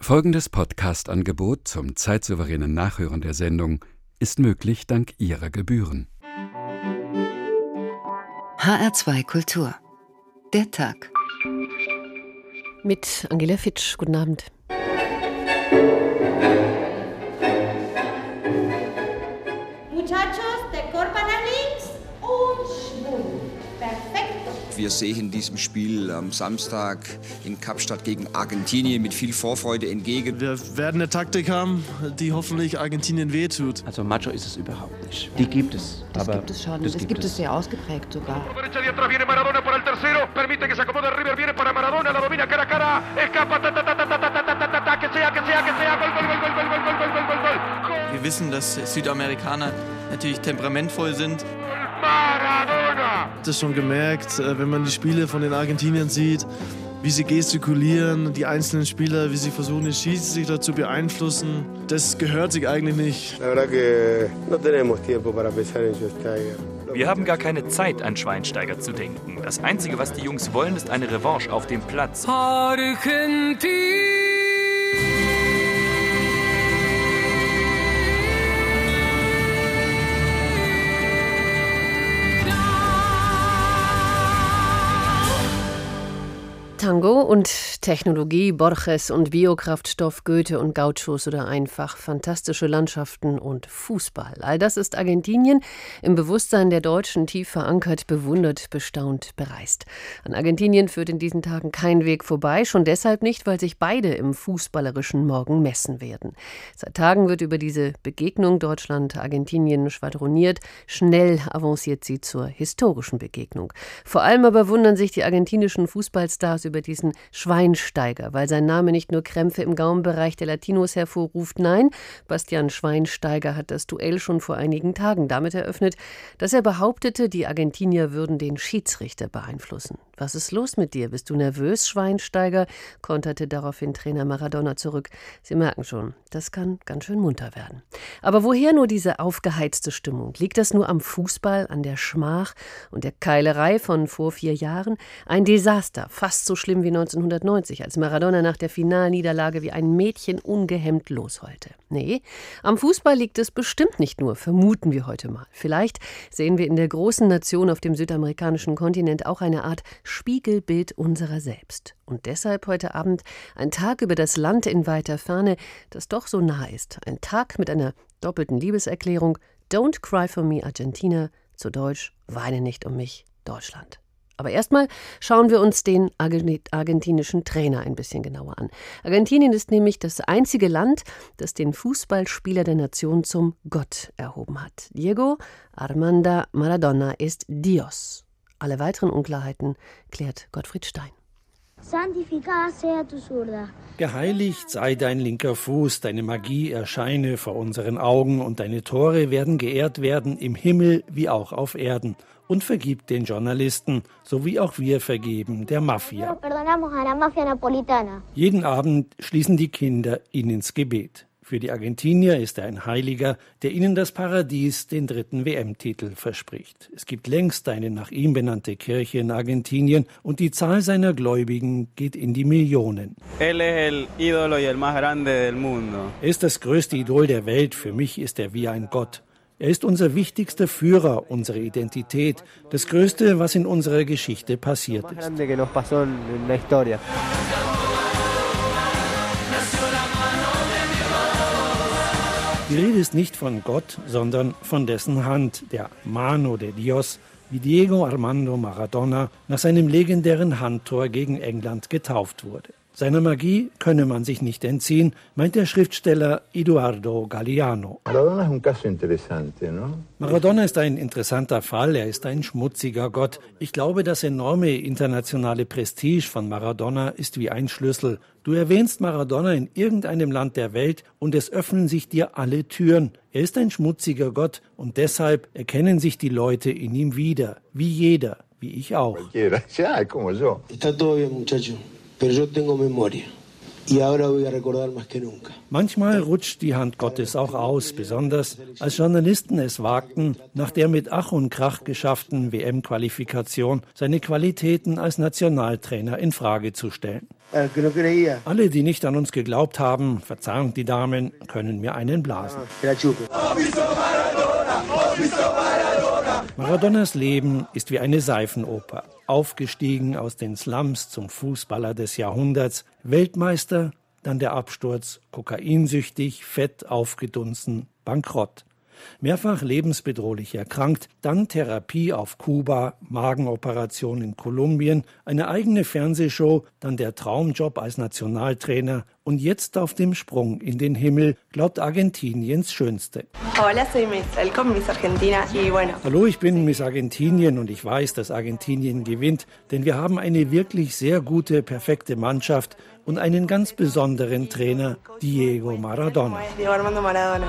Folgendes Podcast-Angebot zum zeitsouveränen Nachhören der Sendung ist möglich dank Ihrer Gebühren. HR2 Kultur. Der Tag. Mit Angela Fitsch. Guten Abend. Muchachos, der Körper nach links und Schwung. Perfekt. Wir sehen diesem Spiel am Samstag in Kapstadt gegen Argentinien mit viel Vorfreude entgegen. Wir werden eine Taktik haben, die hoffentlich Argentinien wehtut. Also Macho ist es überhaupt nicht. Die gibt es. Das gibt es schon. Das gibt es sehr ausgeprägt sogar. Wir wissen, dass Südamerikaner natürlich temperamentvoll sind. Das ist schon gemerkt, wenn man die Spiele von den Argentiniern sieht, wie sie gestikulieren, die einzelnen Spieler, wie sie versuchen, den Schiedsrichter zu beeinflussen. Das gehört sich eigentlich nicht. Wir haben gar keine Zeit, an Schweinsteiger zu denken. Das Einzige, was die Jungs wollen, ist eine Revanche auf dem Platz. Tango und Technologie, Borges und Biokraftstoff, Goethe und Gauchos oder einfach fantastische Landschaften und Fußball. All das ist Argentinien im Bewusstsein der Deutschen tief verankert, bewundert, bestaunt, bereist. An Argentinien führt in diesen Tagen kein Weg vorbei, schon deshalb nicht, weil sich beide im fußballerischen Morgen messen werden. Seit Tagen wird über diese Begegnung Deutschland-Argentinien schwadroniert. Schnell avanciert sie zur historischen Begegnung. Vor allem aber wundern sich die argentinischen Fußballstars über diesen Schweinsteiger, weil sein Name nicht nur Krämpfe im Gaumenbereich der Latinos hervorruft. Nein, Bastian Schweinsteiger hat das Duell schon vor einigen Tagen damit eröffnet, dass er behauptete, die Argentinier würden den Schiedsrichter beeinflussen. Was ist los mit dir? Bist du nervös, Schweinsteiger? Konterte daraufhin Trainer Maradona zurück. Sie merken schon, das kann ganz schön munter werden. Aber woher nur diese aufgeheizte Stimmung? Liegt das nur am Fußball, an der Schmach und der Keilerei von vor 4 Jahren? Ein Desaster, fast so schlimm wie 1990, als Maradona nach der Finalniederlage wie ein Mädchen ungehemmt losheulte. Nee, am Fußball liegt es bestimmt nicht nur, vermuten wir heute mal. Vielleicht sehen wir in der großen Nation auf dem südamerikanischen Kontinent auch eine Art Spiegelbild unserer selbst. Und deshalb heute Abend ein Tag über das Land in weiter Ferne, das doch so nah ist. Ein Tag mit einer doppelten Liebeserklärung. Don't cry for me, Argentina. Zu Deutsch, weine nicht um mich, Deutschland. Aber erstmal schauen wir uns den argentinischen Trainer ein bisschen genauer an. Argentinien ist nämlich das einzige Land, das den Fußballspieler der Nation zum Gott erhoben hat. Diego Armando Maradona ist Dios. Alle weiteren Unklarheiten klärt Gottfried Stein. Santificada sea tu zurda. Geheiligt sei dein linker Fuß, deine Magie erscheine vor unseren Augen und deine Tore werden geehrt werden im Himmel wie auch auf Erden. Und vergib den Journalisten, so wie auch wir vergeben der Mafia. Jeden Abend schließen die Kinder ihn ins Gebet. Für die Argentinier ist er ein Heiliger, der ihnen das Paradies, den 3. WM-Titel, verspricht. Es gibt längst eine nach ihm benannte Kirche in Argentinien und die Zahl seiner Gläubigen geht in die Millionen. Er ist das größte Idol der Welt, für mich ist er wie ein Gott. Er ist unser wichtigster Führer, unsere Identität, das Größte, was in unserer Geschichte passiert ist. Die Rede ist nicht von Gott, sondern von dessen Hand, der Mano de Dios, wie Diego Armando Maradona nach seinem legendären Handtor gegen England getauft wurde. Seiner Magie könne man sich nicht entziehen, meint der Schriftsteller Eduardo Galeano. Maradona ist ein interessanter Fall, er ist ein schmutziger Gott. Ich glaube, das enorme internationale Prestige von Maradona ist wie ein Schlüssel. Du erwähnst Maradona in irgendeinem Land der Welt und es öffnen sich dir alle Türen. Er ist ein schmutziger Gott und deshalb erkennen sich die Leute in ihm wieder, wie jeder, wie ich auch. Está todo bien, muchacho. Pero yo tengo memoria. Manchmal rutscht die Hand Gottes auch aus, besonders als Journalisten es wagten, nach der mit Ach und Krach geschafften WM-Qualifikation seine Qualitäten als Nationaltrainer in Frage zu stellen. Alle, die nicht an uns geglaubt haben, Verzeihung die Damen, können mir einen blasen. Maradonas Leben ist wie eine Seifenoper. Aufgestiegen aus den Slums zum Fußballer des Jahrhunderts, Weltmeister, dann der Absturz, kokainsüchtig, fett aufgedunsen, bankrott. Mehrfach lebensbedrohlich erkrankt, dann Therapie auf Kuba, Magenoperation in Kolumbien, eine eigene Fernsehshow, dann der Traumjob als Nationaltrainer und jetzt auf dem Sprung in den Himmel, laut Argentiniens Schönste. Hola, soy Miss Argentina y bueno. Hallo, ich bin Miss Argentinien und ich weiß, dass Argentinien gewinnt, denn wir haben eine wirklich sehr gute, perfekte Mannschaft und einen ganz besonderen Trainer, Diego Maradona. Diego Armando Maradona.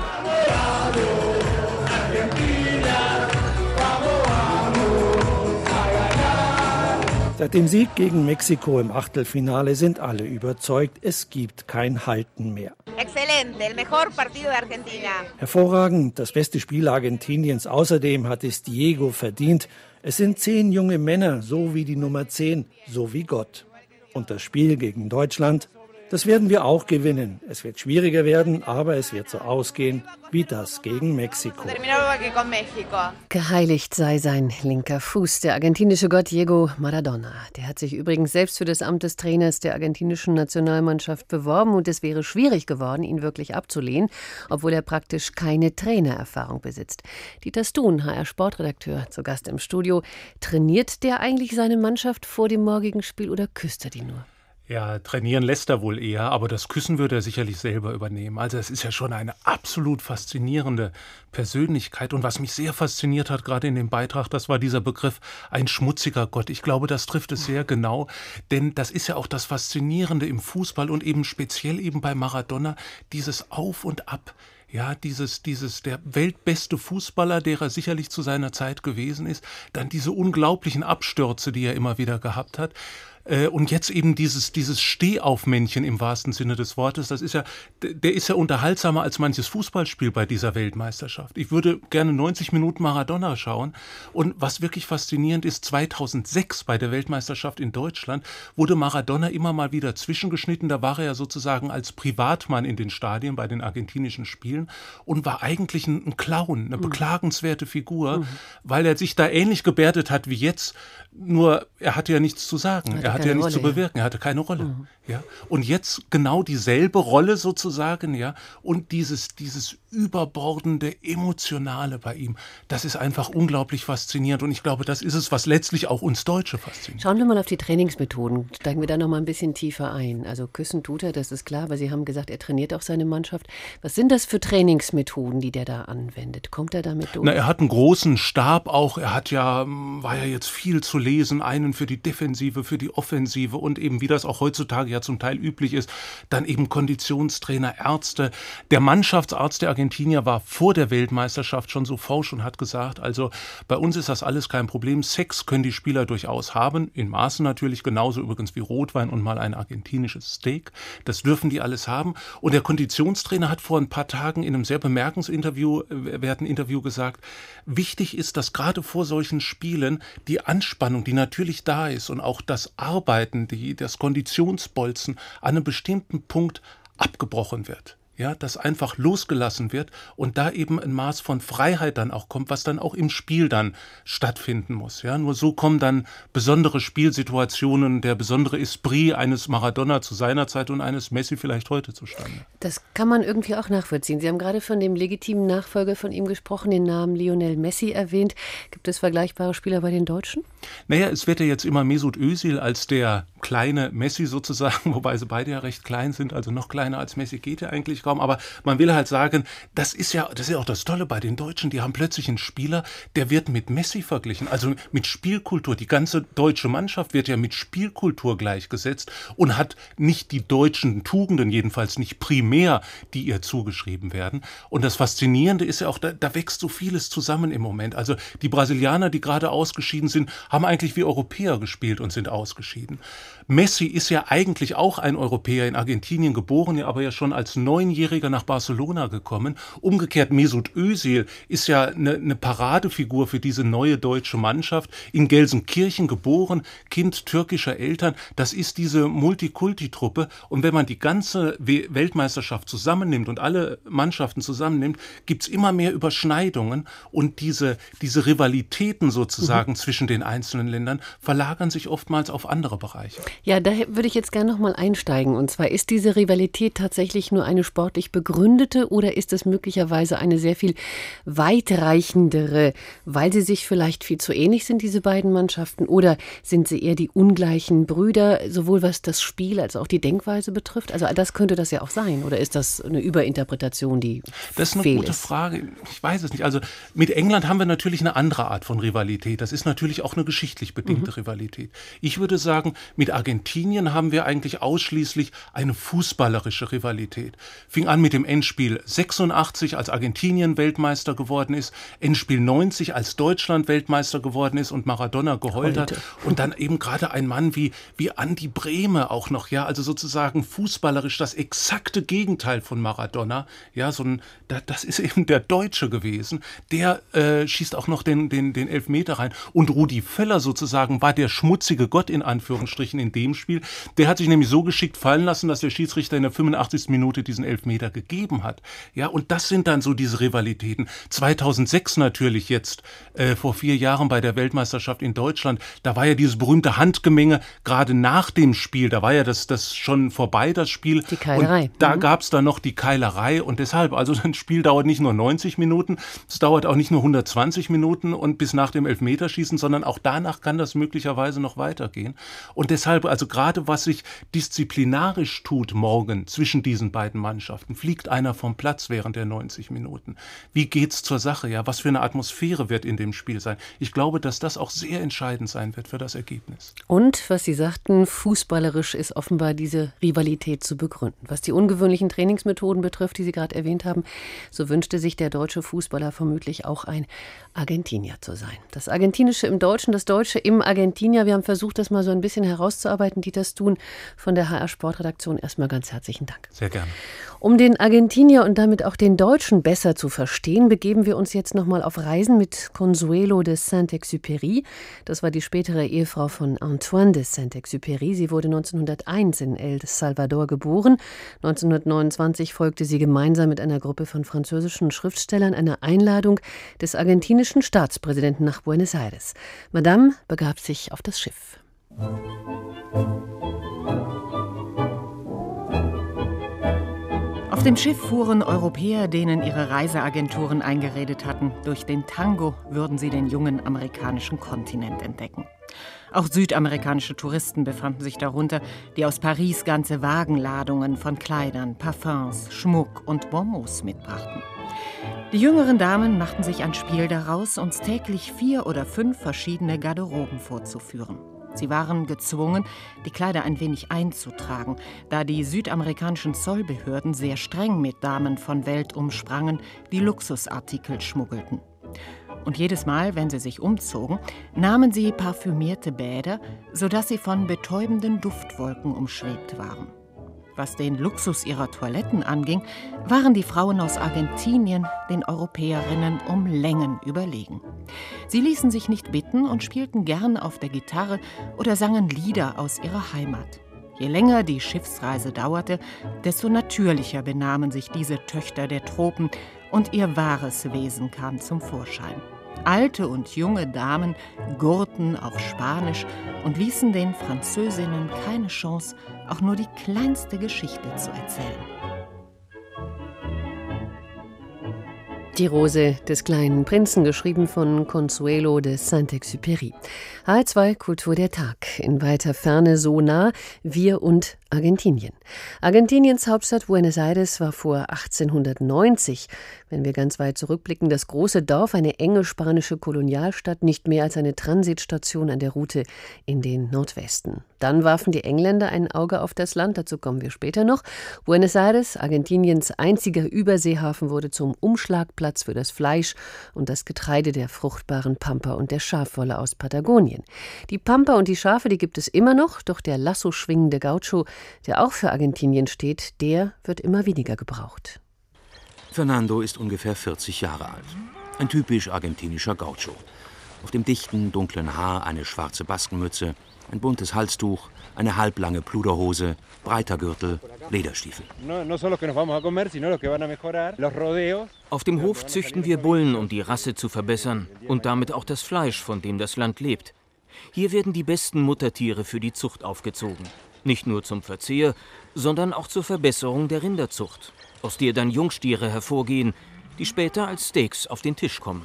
Seit dem Sieg gegen Mexiko im Achtelfinale sind alle überzeugt, es gibt kein Halten mehr. Excelente, el mejor partido de Argentina. Hervorragend, das beste Spiel Argentiniens. Außerdem hat es Diego verdient. Es sind 10 junge Männer, so wie die Nummer 10, so wie Gott. Und das Spiel gegen Deutschland, das werden wir auch gewinnen. Es wird schwieriger werden, aber es wird so ausgehen wie das gegen Mexiko. Geheiligt sei sein linker Fuß, der argentinische Gott Diego Maradona. Der hat sich übrigens selbst für das Amt des Trainers der argentinischen Nationalmannschaft beworben und es wäre schwierig geworden, ihn wirklich abzulehnen, obwohl er praktisch keine Trainererfahrung besitzt. Dieter Stuhn, HR-Sportredakteur, zu Gast im Studio. Trainiert der eigentlich seine Mannschaft vor dem morgigen Spiel oder küsst er die nur? Ja, trainieren lässt er wohl eher, aber das Küssen würde er sicherlich selber übernehmen. Also es ist ja schon eine absolut faszinierende Persönlichkeit. Und was mich sehr fasziniert hat, gerade in dem Beitrag, das war dieser Begriff, ein schmutziger Gott. Ich glaube, das trifft es sehr genau, denn das ist ja auch das Faszinierende im Fußball und eben speziell eben bei Maradona, dieses Auf und Ab. Ja, der weltbeste Fußballer, der er sicherlich zu seiner Zeit gewesen ist, dann diese unglaublichen Abstürze, die er immer wieder gehabt hat. Und jetzt eben dieses Stehaufmännchen im wahrsten Sinne des Wortes, der ist ja unterhaltsamer als manches Fußballspiel bei dieser Weltmeisterschaft. Ich würde gerne 90 Minuten Maradona schauen. Und was wirklich faszinierend ist, 2006 bei der Weltmeisterschaft in Deutschland wurde Maradona immer mal wieder zwischengeschnitten. Da war er ja sozusagen als Privatmann in den Stadien bei den argentinischen Spielen und war eigentlich ein Clown, eine beklagenswerte Figur, weil er sich da ähnlich gebärdet hat wie jetzt. Nur er hatte ja nichts zu sagen. Er hatte ja nichts zu bewirken, er hatte keine Rolle. Ja. Und jetzt genau dieselbe Rolle sozusagen, ja. Und dieses überbordende, emotionale bei ihm, das ist einfach unglaublich faszinierend. Und ich glaube, das ist es, was letztlich auch uns Deutsche fasziniert. Schauen wir mal auf die Trainingsmethoden. Steigen wir da noch mal ein bisschen tiefer ein. Also küssen tut er, das ist klar, aber Sie haben gesagt, er trainiert auch seine Mannschaft. Was sind das für Trainingsmethoden, die der da anwendet? Kommt er damit durch? Na, er hat einen großen Stab auch. Er hat war ja jetzt viel zu lesen, einen für die Defensive, für die Offensive und eben, wie das auch heutzutage ja zum Teil üblich ist, dann eben Konditionstrainer, Ärzte. Der Mannschaftsarzt der Argentinier war vor der Weltmeisterschaft schon so forsch und hat gesagt, also bei uns ist das alles kein Problem. Sex können die Spieler durchaus haben, in Maßen natürlich, genauso übrigens wie Rotwein und mal ein argentinisches Steak. Das dürfen die alles haben. Und der Konditionstrainer hat vor ein paar Tagen in einem sehr bemerkenswerten Interview gesagt, wichtig ist, dass gerade vor solchen Spielen die Anspannung, die natürlich da ist und auch das Arbeiten, das Konditionsbolzen an einem bestimmten Punkt abgebrochen wird. Ja, dass einfach losgelassen wird und da eben ein Maß von Freiheit dann auch kommt, was dann auch im Spiel dann stattfinden muss. Ja, nur so kommen dann besondere Spielsituationen, der besondere Esprit eines Maradona zu seiner Zeit und eines Messi vielleicht heute zustande. Das kann man irgendwie auch nachvollziehen. Sie haben gerade von dem legitimen Nachfolger von ihm gesprochen, den Namen Lionel Messi erwähnt. Gibt es vergleichbare Spieler bei den Deutschen? Naja, es wird ja jetzt immer Mesut Özil als der kleine Messi sozusagen, wobei sie beide ja recht klein sind, also noch kleiner als Messi geht ja eigentlich kaum. Strafraum, aber man will halt sagen, das ist ja auch das Tolle bei den Deutschen, die haben plötzlich einen Spieler, der wird mit Messi verglichen, also mit Spielkultur. Die ganze deutsche Mannschaft wird ja mit Spielkultur gleichgesetzt und hat nicht die deutschen Tugenden, jedenfalls nicht primär, die ihr zugeschrieben werden. Und das Faszinierende ist ja auch, da wächst so vieles zusammen im Moment. Also die Brasilianer, die gerade ausgeschieden sind, haben eigentlich wie Europäer gespielt und sind ausgeschieden. Messi ist ja eigentlich auch ein Europäer, in Argentinien geboren, aber ja schon als 9-Jähriger nach Barcelona gekommen. Umgekehrt Mesut Özil ist ja eine Paradefigur für diese neue deutsche Mannschaft, in Gelsenkirchen geboren, Kind türkischer Eltern. Das ist diese Multikulti-Truppe. Und wenn man die ganze Weltmeisterschaft zusammennimmt und alle Mannschaften zusammennimmt, gibt es immer mehr Überschneidungen und diese Rivalitäten sozusagen zwischen den einzelnen Ländern verlagern sich oftmals auf andere Bereiche. Ja, da würde ich jetzt gerne noch mal einsteigen. Und zwar, ist diese Rivalität tatsächlich nur eine sportlich begründete oder ist es möglicherweise eine sehr viel weitreichendere, weil sie sich vielleicht viel zu ähnlich sind, diese beiden Mannschaften? Oder sind sie eher die ungleichen Brüder, sowohl was das Spiel als auch die Denkweise betrifft? Also das könnte das ja auch sein. Oder ist das eine Überinterpretation, die Das ist eine gute Frage. Ich weiß es nicht. Also mit England haben wir natürlich eine andere Art von Rivalität. Das ist natürlich auch eine geschichtlich bedingte Rivalität. Ich würde sagen, mit Argentinien haben wir eigentlich ausschließlich eine fußballerische Rivalität. Fing an mit dem Endspiel 86, als Argentinien Weltmeister geworden ist, Endspiel 90, als Deutschland Weltmeister geworden ist und Maradona geheult hat. Und dann eben gerade ein Mann wie Andi Brehme auch noch, ja, also sozusagen fußballerisch das exakte Gegenteil von Maradona. Ja, das ist eben der Deutsche gewesen. Der schießt auch noch den Elfmeter rein. Und Rudi Völler sozusagen war der schmutzige Gott in Anführungsstrichen in dem Spiel. Der hat sich nämlich so geschickt fallen lassen, dass der Schiedsrichter in der 85. Minute diesen Elfmeter gegeben hat. Ja, und das sind dann so diese Rivalitäten. 2006 natürlich jetzt, vor 4 Jahren bei der Weltmeisterschaft in Deutschland, da war ja dieses berühmte Handgemenge, gerade nach dem Spiel, da war ja das schon vorbei, das Spiel. Die Keilerei. Und da gab es dann noch die Keilerei und deshalb, also ein Spiel dauert nicht nur 90 Minuten, es dauert auch nicht nur 120 Minuten und bis nach dem Elfmeterschießen, sondern auch danach kann das möglicherweise noch weitergehen. Und deshalb, also gerade was sich disziplinarisch tut morgen zwischen diesen beiden Mannschaften, fliegt einer vom Platz während der 90 Minuten. Wie geht's zur Sache? Ja, was für eine Atmosphäre wird in dem Spiel sein? Ich glaube, dass das auch sehr entscheidend sein wird für das Ergebnis. Und, was Sie sagten, fußballerisch ist offenbar diese Rivalität zu begründen. Was die ungewöhnlichen Trainingsmethoden betrifft, die Sie gerade erwähnt haben, so wünschte sich der deutsche Fußballer vermutlich auch ein Argentinier zu sein. Das Argentinische im Deutschen, das Deutsche im Argentinier. Wir haben versucht, das mal so ein bisschen herauszuarbeiten. Dieter Stuhn von der HR Sportredaktion. Erstmal ganz herzlichen Dank. Sehr gerne. Um den Argentinier und damit auch den Deutschen besser zu verstehen, begeben wir uns jetzt nochmal auf Reisen mit Consuelo de Saint-Exupéry. Das war die spätere Ehefrau von Antoine de Saint-Exupéry. Sie wurde 1901 in El Salvador geboren. 1929 folgte sie gemeinsam mit einer Gruppe von französischen Schriftstellern einer Einladung des argentinischen Staatspräsidenten nach Buenos Aires. Madame begab sich auf das Schiff. Auf dem Schiff fuhren Europäer, denen ihre Reiseagenturen eingeredet hatten, durch den Tango würden sie den jungen amerikanischen Kontinent entdecken. Auch südamerikanische Touristen befanden sich darunter, die aus Paris ganze Wagenladungen von Kleidern, Parfums, Schmuck und Bonbons mitbrachten. Die jüngeren Damen machten sich ein Spiel daraus, uns täglich 4 oder 5 verschiedene Garderoben vorzuführen. Sie waren gezwungen, die Kleider ein wenig einzutragen, da die südamerikanischen Zollbehörden sehr streng mit Damen von Welt umsprangen, die Luxusartikel schmuggelten. Und jedes Mal, wenn sie sich umzogen, nahmen sie parfümierte Bäder, sodass sie von betäubenden Duftwolken umschwebt waren. Was den Luxus ihrer Toiletten anging, waren die Frauen aus Argentinien den Europäerinnen um Längen überlegen. Sie ließen sich nicht bitten und spielten gern auf der Gitarre oder sangen Lieder aus ihrer Heimat. Je länger die Schiffsreise dauerte, desto natürlicher benahmen sich diese Töchter der Tropen und ihr wahres Wesen kam zum Vorschein. Alte und junge Damen gurrten auf Spanisch und ließen den Französinnen keine Chance, auch nur die kleinste Geschichte zu erzählen. Die Rose des kleinen Prinzen, geschrieben von Consuelo de Saint-Exupéry. HR2 Kultur der Tag. In weiter Ferne so nah, wir und Argentinien. Argentiniens Hauptstadt Buenos Aires war vor 1890, wenn wir ganz weit zurückblicken, das große Dorf, eine enge spanische Kolonialstadt, nicht mehr als eine Transitstation an der Route in den Nordwesten. Dann warfen die Engländer ein Auge auf das Land, dazu kommen wir später noch. Buenos Aires, Argentiniens einziger Überseehafen, wurde zum Umschlagplatz für das Fleisch und das Getreide der fruchtbaren Pampa und der Schafwolle aus Patagonien. Die Pampa und die Schafe, die gibt es immer noch, doch der Lasso schwingende Gaucho, der auch für Argentinien steht, der wird immer weniger gebraucht. Fernando ist ungefähr 40 Jahre alt. Ein typisch argentinischer Gaucho. Auf dem dichten, dunklen Haar eine schwarze Baskenmütze, ein buntes Halstuch, eine halblange Pluderhose, breiter Gürtel, Lederstiefel. Auf dem Hof züchten wir Bullen, um die Rasse zu verbessern und damit auch das Fleisch, von dem das Land lebt. Hier werden die besten Muttertiere für die Zucht aufgezogen. Nicht nur zum Verzehr, sondern auch zur Verbesserung der Rinderzucht, aus der dann Jungstiere hervorgehen, die später als Steaks auf den Tisch kommen.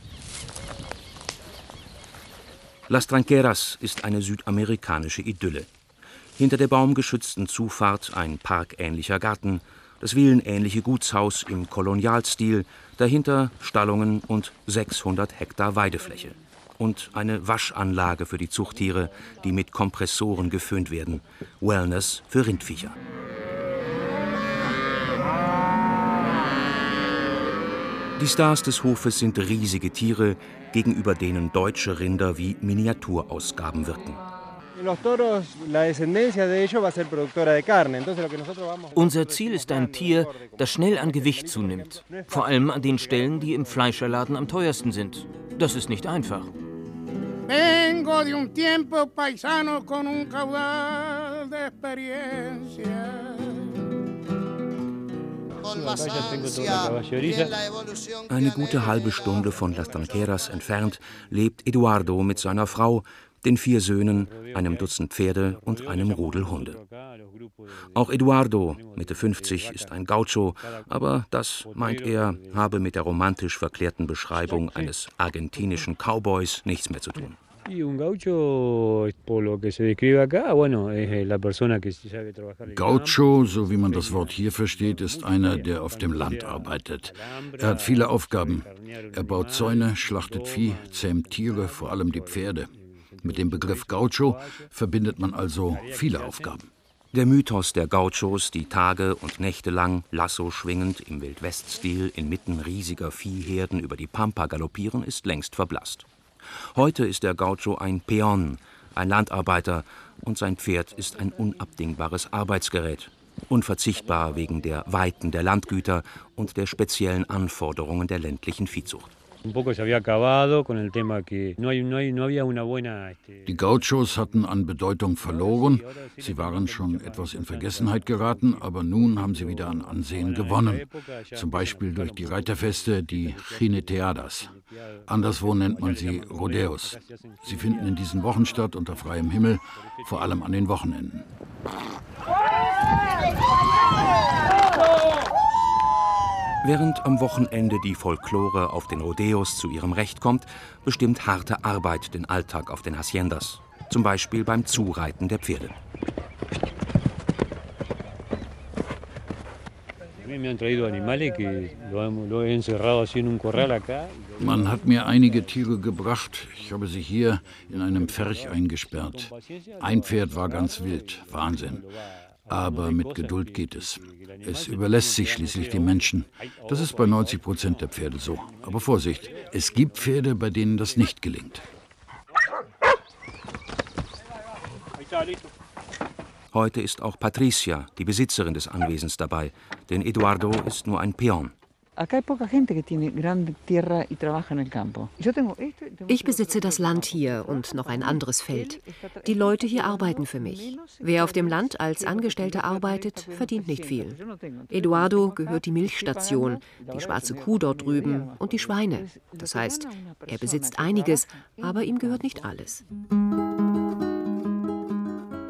Las Tranqueras ist eine südamerikanische Idylle. Hinter der baumgeschützten Zufahrt ein parkähnlicher Garten, das villenähnliche Gutshaus im Kolonialstil, dahinter Stallungen und 600 Hektar Weidefläche. Und eine Waschanlage für die Zuchttiere, die mit Kompressoren geföhnt werden. Wellness für Rindviecher. Die Stars des Hofes sind riesige Tiere, gegenüber denen deutsche Rinder wie Miniaturausgaben wirken. Unser Ziel ist ein Tier, das schnell an Gewicht zunimmt. Vor allem an den Stellen, die im Fleischerladen am teuersten sind. Das ist nicht einfach. Vengo de un tiempo paisano con un caudal de experiencia. Eine gute halbe Stunde von Las Tranqueras entfernt lebt Eduardo mit seiner Frau, den 4 Söhnen, einem Dutzend Pferde und einem Rudel Hunde. Auch Eduardo, Mitte 50, ist ein Gaucho, aber das, meint er, habe mit der romantisch verklärten Beschreibung eines argentinischen Cowboys nichts mehr zu tun. Gaucho, so wie man das Wort hier versteht, ist einer, der auf dem Land arbeitet. Er hat viele Aufgaben. Er baut Zäune, schlachtet Vieh, zähmt Tiere, vor allem die Pferde. Mit dem Begriff Gaucho verbindet man also viele Aufgaben. Der Mythos der Gauchos, die Tage und Nächte lang Lasso schwingend im Wildwest-Stil inmitten riesiger Viehherden über die Pampa galoppieren, ist längst verblasst. Heute ist der Gaucho ein Peon, ein Landarbeiter, und sein Pferd ist ein unabdingbares Arbeitsgerät. Unverzichtbar wegen der Weiten der Landgüter und der speziellen Anforderungen der ländlichen Viehzucht. Die Gauchos hatten an Bedeutung verloren. Sie waren schon etwas in Vergessenheit geraten, aber nun haben sie wieder an Ansehen gewonnen. Zum Beispiel durch die Reiterfeste, die Jineteadas. Anderswo nennt man sie Rodeos. Sie finden in diesen Wochen statt, unter freiem Himmel, vor allem an den Wochenenden. Während am Wochenende die Folklore auf den Rodeos zu ihrem Recht kommt, bestimmt harte Arbeit den Alltag auf den Haciendas. Zum Beispiel beim Zureiten der Pferde. Man hat mir einige Tiere gebracht. Ich habe sie hier in einem Pferch eingesperrt. Ein Pferd war ganz wild. Wahnsinn. Aber mit Geduld geht es. Es überlässt sich schließlich den Menschen. Das ist bei 90% der Pferde so. Aber Vorsicht, es gibt Pferde, bei denen das nicht gelingt. Heute ist auch Patricia, die Besitzerin des Anwesens, dabei. Denn Eduardo ist nur ein Peon. Ich besitze das Land hier und noch ein anderes Feld. Die Leute hier arbeiten für mich. Wer auf dem Land als Angestellter arbeitet, verdient nicht viel. Eduardo gehört die Milchstation, die schwarze Kuh dort drüben und die Schweine. Das heißt, er besitzt einiges, aber ihm gehört nicht alles.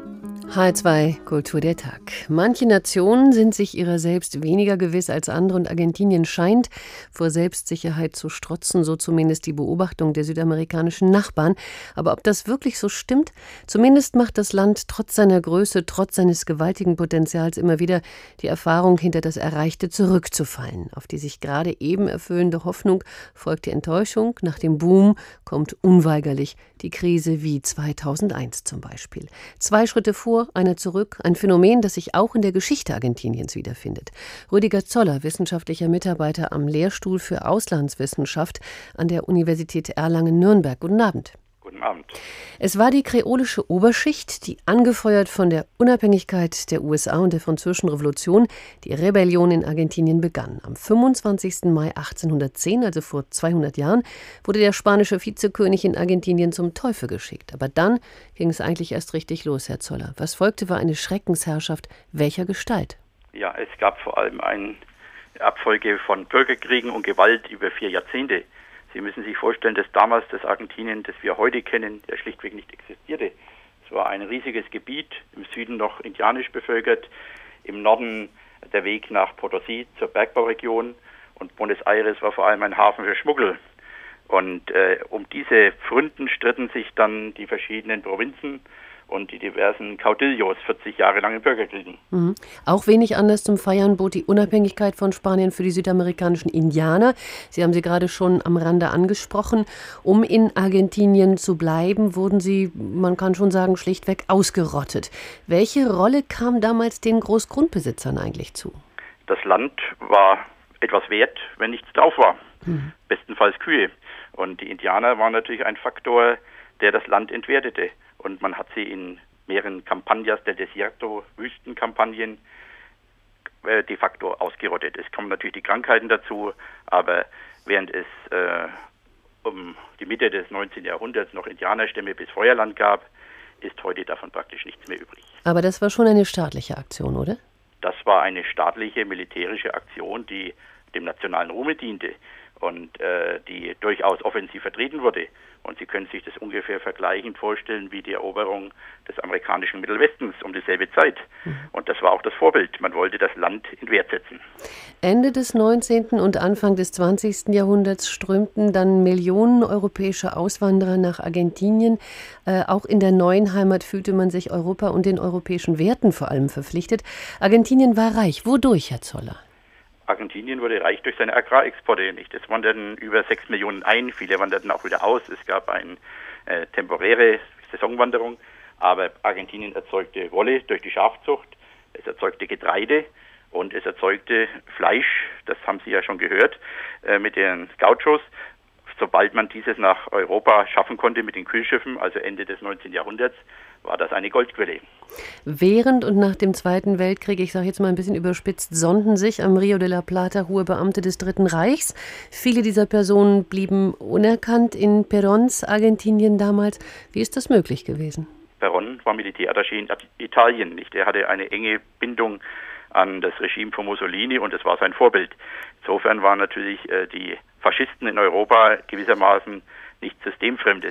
HR2 Kultur der Tag. Manche Nationen sind sich ihrer selbst weniger gewiss als andere und Argentinien scheint vor Selbstsicherheit zu strotzen, so zumindest die Beobachtung der südamerikanischen Nachbarn. Aber ob das wirklich so stimmt? Zumindest macht das Land trotz seiner Größe, trotz seines gewaltigen Potenzials immer wieder die Erfahrung, hinter das Erreichte zurückzufallen. Auf die sich gerade eben erfüllende Hoffnung folgt die Enttäuschung. Nach dem Boom kommt unweigerlich die Krise wie 2001 zum Beispiel. 2 Schritte vor, einer zurück, ein Phänomen, das sich auch in der Geschichte Argentiniens wiederfindet. Rüdiger Zoller, wissenschaftlicher Mitarbeiter am Lehrstuhl für Auslandswissenschaft an der Universität Erlangen-Nürnberg. Guten Abend. Guten Abend. Es war die kreolische Oberschicht, die angefeuert von der Unabhängigkeit der USA und der Französischen Revolution die Rebellion in Argentinien begann. Am 25. Mai 1810, also vor 200 Jahren, wurde der spanische Vizekönig in Argentinien zum Teufel geschickt. Aber dann ging es eigentlich erst richtig los, Herr Zoller. Was folgte, war eine Schreckensherrschaft welcher Gestalt? Ja, es gab vor allem eine Abfolge von Bürgerkriegen und Gewalt über 4 Jahrzehnte. Sie müssen sich vorstellen, dass damals das Argentinien, das wir heute kennen, ja schlichtweg nicht existierte. Es war ein riesiges Gebiet, im Süden noch indianisch bevölkert, im Norden der Weg nach Potosí zur Bergbauregion und Buenos Aires war vor allem ein Hafen für Schmuggel. Und um diese Pfründen stritten sich dann die verschiedenen Provinzen und die diversen Caudillos 40 Jahre lang in Bürgerkriegen. Mhm. Auch wenig anders zum Feiern bot die Unabhängigkeit von Spanien für die südamerikanischen Indianer. Sie haben sie gerade schon am Rande angesprochen. Um in Argentinien zu bleiben, wurden sie, man kann schon sagen, schlichtweg ausgerottet. Welche Rolle kam damals den Großgrundbesitzern eigentlich zu? Das Land war etwas wert, wenn nichts drauf war. Bestenfalls Kühe. Und die Indianer waren natürlich ein Faktor, der das Land entwertete. Und man hat sie in mehreren Campañas del Desierto, Wüstenkampagnen, de facto ausgerottet. Es kommen natürlich die Krankheiten dazu, aber während es um die Mitte des 19. Jahrhunderts noch Indianerstämme bis Feuerland gab, ist heute davon praktisch nichts mehr übrig. Aber das war schon eine staatliche Aktion, oder? Das war eine staatliche, militärische Aktion, die dem nationalen Ruhme diente und die durchaus offensiv vertreten wurde. Und Sie können sich das ungefähr vergleichend vorstellen wie die Eroberung des amerikanischen Mittelwestens um dieselbe Zeit. Und das war auch das Vorbild. Man wollte das Land in Wert setzen. Ende des 19. und Anfang des 20. Jahrhunderts strömten dann Millionen europäische Auswanderer nach Argentinien. Auch in der neuen Heimat fühlte man sich Europa und den europäischen Werten vor allem verpflichtet. Argentinien war reich. Wodurch, Herr Zoller? Argentinien wurde reich durch seine Agrarexporte. Nicht? Es wanderten über 6 Millionen ein, viele wanderten auch wieder aus. Es gab eine temporäre Saisonwanderung, aber Argentinien erzeugte Wolle durch die Schafzucht, es erzeugte Getreide und es erzeugte Fleisch, das haben Sie ja schon gehört, mit den Gauchos. Sobald man dieses nach Europa schaffen konnte mit den Kühlschiffen, also Ende des 19. Jahrhunderts, war das eine Goldquelle. Während und nach dem Zweiten Weltkrieg, ich sage jetzt mal ein bisschen überspitzt, sonden sich am Rio de la Plata hohe Beamte des Dritten Reichs. Viele dieser Personen blieben unerkannt in Perons Argentinien damals. Wie ist das möglich gewesen? Perón war Militärattaché in Italien. Nicht? Er hatte eine enge Bindung an das Regime von Mussolini und es war sein Vorbild. Insofern waren natürlich die Faschisten in Europa gewissermaßen nichts Systemfremdes.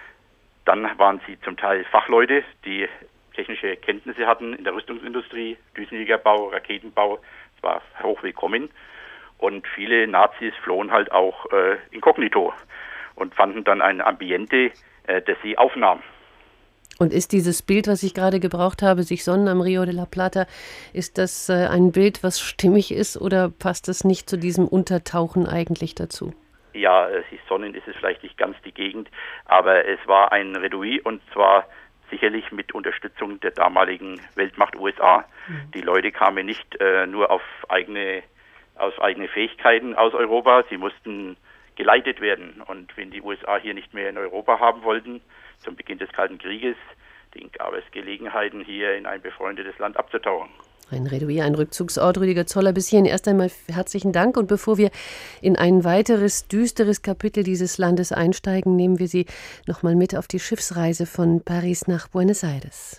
Dann waren sie zum Teil Fachleute, die technische Kenntnisse hatten in der Rüstungsindustrie, Düsenjägerbau, Raketenbau. Es war hochwillkommen. Und viele Nazis flohen halt auch inkognito und fanden dann ein Ambiente, das sie aufnahm. Und ist dieses Bild, was ich gerade gebraucht habe, sich sonnen am Rio de la Plata, ist das ein Bild, was stimmig ist oder passt das nicht zu diesem Untertauchen eigentlich dazu? Ja, sich sonnen ist es vielleicht nicht ganz die Gegend, aber es war ein Redouit und zwar sicherlich mit Unterstützung der damaligen Weltmacht USA. Die Leute kamen nicht nur auf eigene Fähigkeiten aus Europa, sie mussten geleitet werden. Und wenn die USA hier nicht mehr in Europa haben wollten, zum Beginn des Kalten Krieges, denen gab es Gelegenheiten, hier in ein befreundetes Land abzutauchen. Ein Redouit, ein Rückzugsort. Rüdiger Zoller, bis hierhin erst einmal herzlichen Dank. Und bevor wir in ein weiteres düsteres Kapitel dieses Landes einsteigen, nehmen wir Sie noch mal mit auf die Schiffsreise von Paris nach Buenos Aires.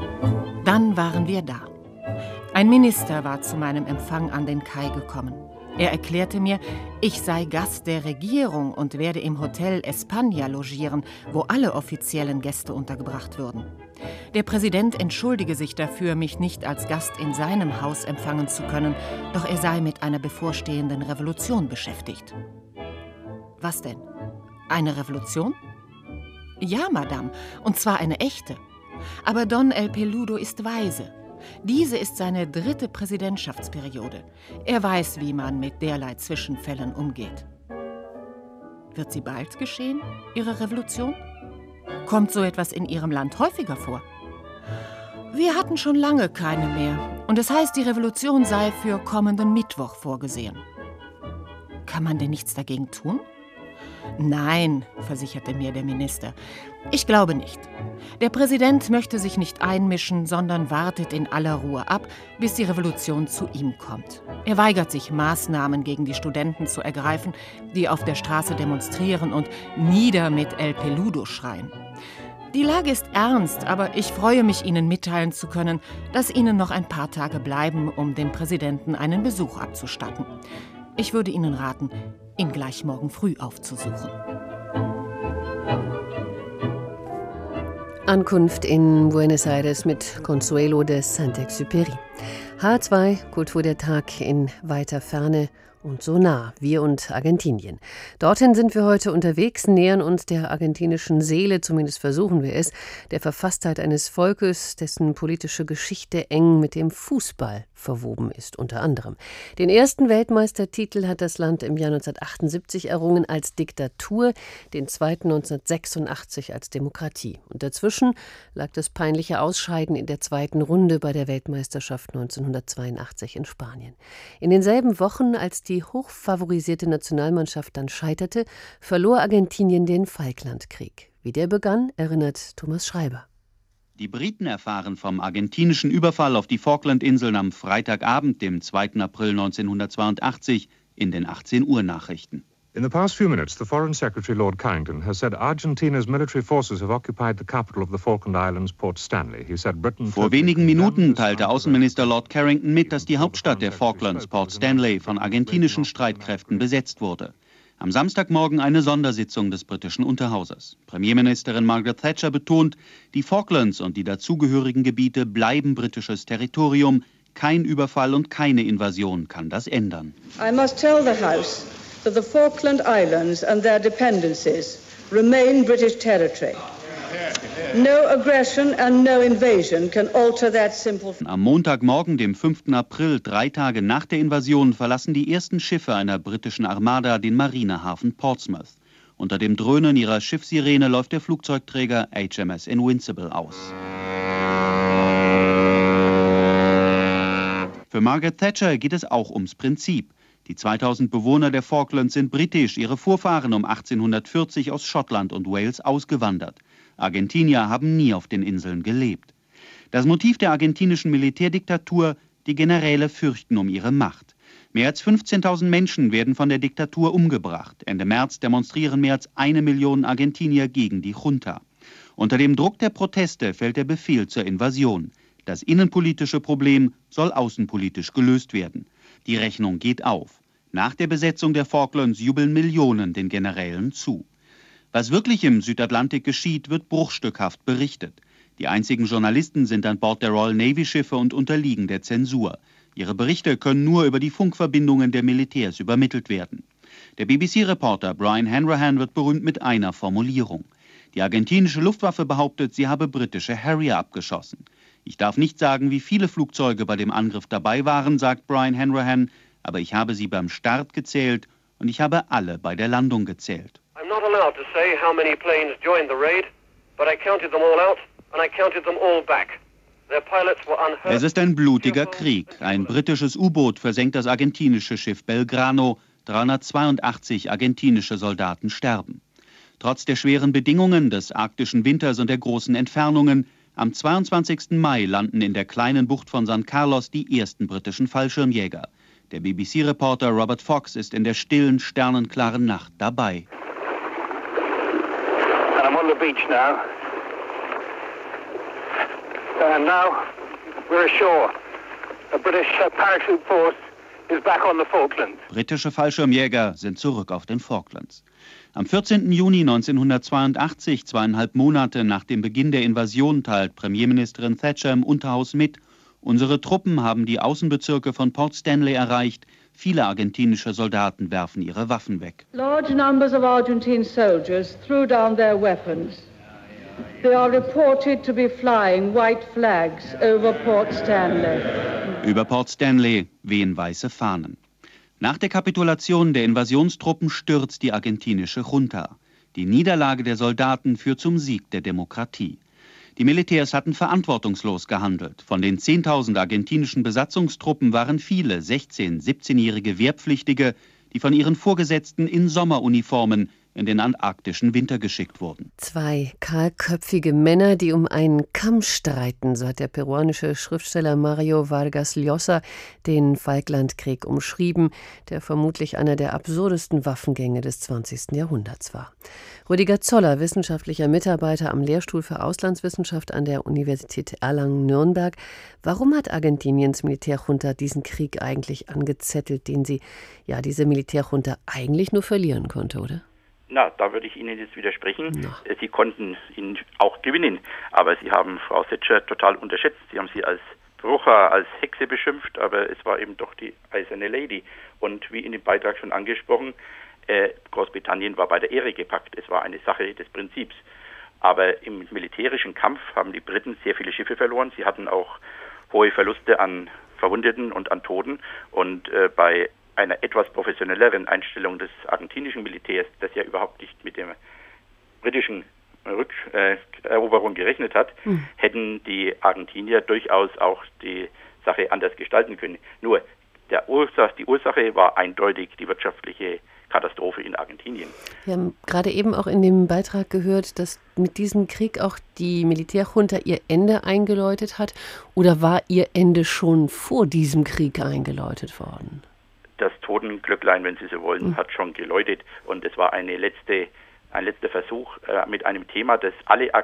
Dann waren wir da. Ein Minister war zu meinem Empfang an den Kai gekommen. Er erklärte mir, ich sei Gast der Regierung und werde im Hotel España logieren, wo alle offiziellen Gäste untergebracht würden. Der Präsident entschuldige sich dafür, mich nicht als Gast in seinem Haus empfangen zu können, doch er sei mit einer bevorstehenden Revolution beschäftigt. Was denn? Eine Revolution? Ja, Madame, und zwar eine echte. Aber Don El Peludo ist weise. Diese ist seine 3. Präsidentschaftsperiode. Er weiß, wie man mit derlei Zwischenfällen umgeht. Wird sie bald geschehen, Ihre Revolution? Kommt so etwas in Ihrem Land häufiger vor? Wir hatten schon lange keine mehr. Und es heißt, die Revolution sei für kommenden Mittwoch vorgesehen. Kann man denn nichts dagegen tun? Nein, versicherte mir der Minister. Ich glaube nicht. Der Präsident möchte sich nicht einmischen, sondern wartet in aller Ruhe ab, bis die Revolution zu ihm kommt. Er weigert sich, Maßnahmen gegen die Studenten zu ergreifen, die auf der Straße demonstrieren und nieder mit El Peludo schreien. Die Lage ist ernst, aber ich freue mich, Ihnen mitteilen zu können, dass Ihnen noch ein paar Tage bleiben, um dem Präsidenten einen Besuch abzustatten. Ich würde Ihnen raten, ihn gleich morgen früh aufzusuchen. Ankunft in Buenos Aires mit Consuelo de Saint-Exupéry. H2, Kultur der Tag in weiter Ferne und so nah, wir und Argentinien. Dorthin sind wir heute unterwegs, nähern uns der argentinischen Seele, zumindest versuchen wir es, der Verfasstheit eines Volkes, dessen politische Geschichte eng mit dem Fußball verwoben ist, unter anderem. Den ersten Weltmeistertitel hat das Land im Jahr 1978 errungen als Diktatur, den zweiten 1986 als Demokratie. Und dazwischen lag das peinliche Ausscheiden in der zweiten Runde bei der Weltmeisterschaft 1982 in Spanien. In denselben Wochen, als die hochfavorisierte Nationalmannschaft dann scheiterte, verlor Argentinien den Falklandkrieg. Wie der begann, erinnert Thomas Schreiber. Die Briten erfahren vom argentinischen Überfall auf die Falklandinseln am Freitagabend, dem 2. April 1982, in den 18-Uhr-Nachrichten. In the past few minutes, the Foreign Secretary Lord Carrington has said Argentina's military forces have occupied the capital of the Falkland Islands, Port Stanley. He said Britain. Vor wenigen Minuten teilte Außenminister Lord Carrington mit, dass die Hauptstadt der Falklands, Port Stanley, von argentinischen Streitkräften besetzt wurde. Am Samstagmorgen eine Sondersitzung des britischen Unterhauses. Premierministerin Margaret Thatcher betont, die Falklands und die dazugehörigen Gebiete bleiben britisches Territorium. Kein Überfall und keine Invasion kann das ändern. I must tell the House that the Falkland Islands and their dependencies remain British territory. No aggression and no invasion can alter that simple fact. Am Montagmorgen, dem 5. April, 3 Tage nach der Invasion, verlassen die ersten Schiffe einer britischen Armada den Marinehafen Portsmouth. Unter dem Dröhnen ihrer Schiffssirene läuft der Flugzeugträger HMS Invincible aus. Für Margaret Thatcher geht es auch ums Prinzip. Die 2000 Bewohner der Falklands sind britisch, ihre Vorfahren um 1840 aus Schottland und Wales ausgewandert. Argentinier haben nie auf den Inseln gelebt. Das Motiv der argentinischen Militärdiktatur: die Generäle fürchten um ihre Macht. Mehr als 15.000 Menschen werden von der Diktatur umgebracht. Ende März demonstrieren mehr als 1 Million Argentinier gegen die Junta. Unter dem Druck der Proteste fällt der Befehl zur Invasion. Das innenpolitische Problem soll außenpolitisch gelöst werden. Die Rechnung geht auf. Nach der Besetzung der Falklands jubeln Millionen den Generälen zu. Was wirklich im Südatlantik geschieht, wird bruchstückhaft berichtet. Die einzigen Journalisten sind an Bord der Royal Navy Schiffe und unterliegen der Zensur. Ihre Berichte können nur über die Funkverbindungen der Militärs übermittelt werden. Der BBC-Reporter Brian Hanrahan wird berühmt mit einer Formulierung. Die argentinische Luftwaffe behauptet, sie habe britische Harrier abgeschossen. Ich darf nicht sagen, wie viele Flugzeuge bei dem Angriff dabei waren, sagt Brian Hanrahan, aber ich habe sie beim Start gezählt und ich habe alle bei der Landung gezählt. I'm not allowed to say how many planes joined the raid, but I counted them all out and I counted them all back. Their pilots were unhurt. Es ist ein blutiger Krieg. Ein britisches U-Boot versenkt das argentinische Schiff Belgrano. 382 argentinische Soldaten sterben. Trotz der schweren Bedingungen des arktischen Winters und der großen Entfernungen, am 22. Mai landen in der kleinen Bucht von San Carlos die ersten britischen Fallschirmjäger. Der BBC-Reporter Robert Fox ist in der stillen, sternenklaren Nacht dabei. And I'm on the beach now. And now we're ashore. A British parachute force is back on the Falklands. Britische Fallschirmjäger sind zurück auf den Falklands. Am 14. Juni 1982, 2,5 Monate nach dem Beginn der Invasion, teilt Premierministerin Thatcher im Unterhaus mit: Unsere Truppen haben die Außenbezirke von Port Stanley erreicht. Viele argentinische Soldaten werfen ihre Waffen weg. Large numbers of Argentine soldiers threw down their weapons. They are reported to be flying white flags over Port Stanley. Über Port Stanley wehen weiße Fahnen. Nach der Kapitulation der Invasionstruppen stürzt die argentinische Junta. Die Niederlage der Soldaten führt zum Sieg der Demokratie. Die Militärs hatten verantwortungslos gehandelt. Von den 10.000 argentinischen Besatzungstruppen waren viele 16-, 17-jährige Wehrpflichtige, die von ihren Vorgesetzten in Sommeruniformen in den antarktischen Winter geschickt wurden. 2 kahlköpfige Männer, die um einen Kamm streiten, so hat der peruanische Schriftsteller Mario Vargas Llosa den Falklandkrieg umschrieben, der vermutlich einer der absurdesten Waffengänge des 20. Jahrhunderts war. Rüdiger Zoller, wissenschaftlicher Mitarbeiter am Lehrstuhl für Auslandswissenschaft an der Universität Erlangen-Nürnberg. Warum hat Argentiniens Militärjunta diesen Krieg eigentlich angezettelt, den diese Militärjunta eigentlich nur verlieren konnte, oder? Na, da würde ich Ihnen jetzt widersprechen. Ja. Sie konnten ihn auch gewinnen, aber Sie haben Frau Thatcher total unterschätzt. Sie haben sie als Brucher, als Hexe beschimpft, aber es war eben doch die eiserne Lady. Und wie in dem Beitrag schon angesprochen, Großbritannien war bei der Ehre gepackt. Es war eine Sache des Prinzips. Aber im militärischen Kampf haben die Briten sehr viele Schiffe verloren. Sie hatten auch hohe Verluste an Verwundeten und an Toten. Und bei einer etwas professionelleren Einstellung des argentinischen Militärs, das ja überhaupt nicht mit der britischen Rückeroberung gerechnet hat, hätten die Argentinier durchaus auch die Sache anders gestalten können. Nur die Ursache war eindeutig die wirtschaftliche Katastrophe in Argentinien. Wir haben gerade eben auch in dem Beitrag gehört, dass mit diesem Krieg auch die Militärjunta ihr Ende eingeläutet hat. Oder war ihr Ende schon vor diesem Krieg eingeläutet worden? Das Totenglöcklein, wenn Sie so wollen, hat schon geläutet. Und es war ein letzter Versuch mit einem Thema, das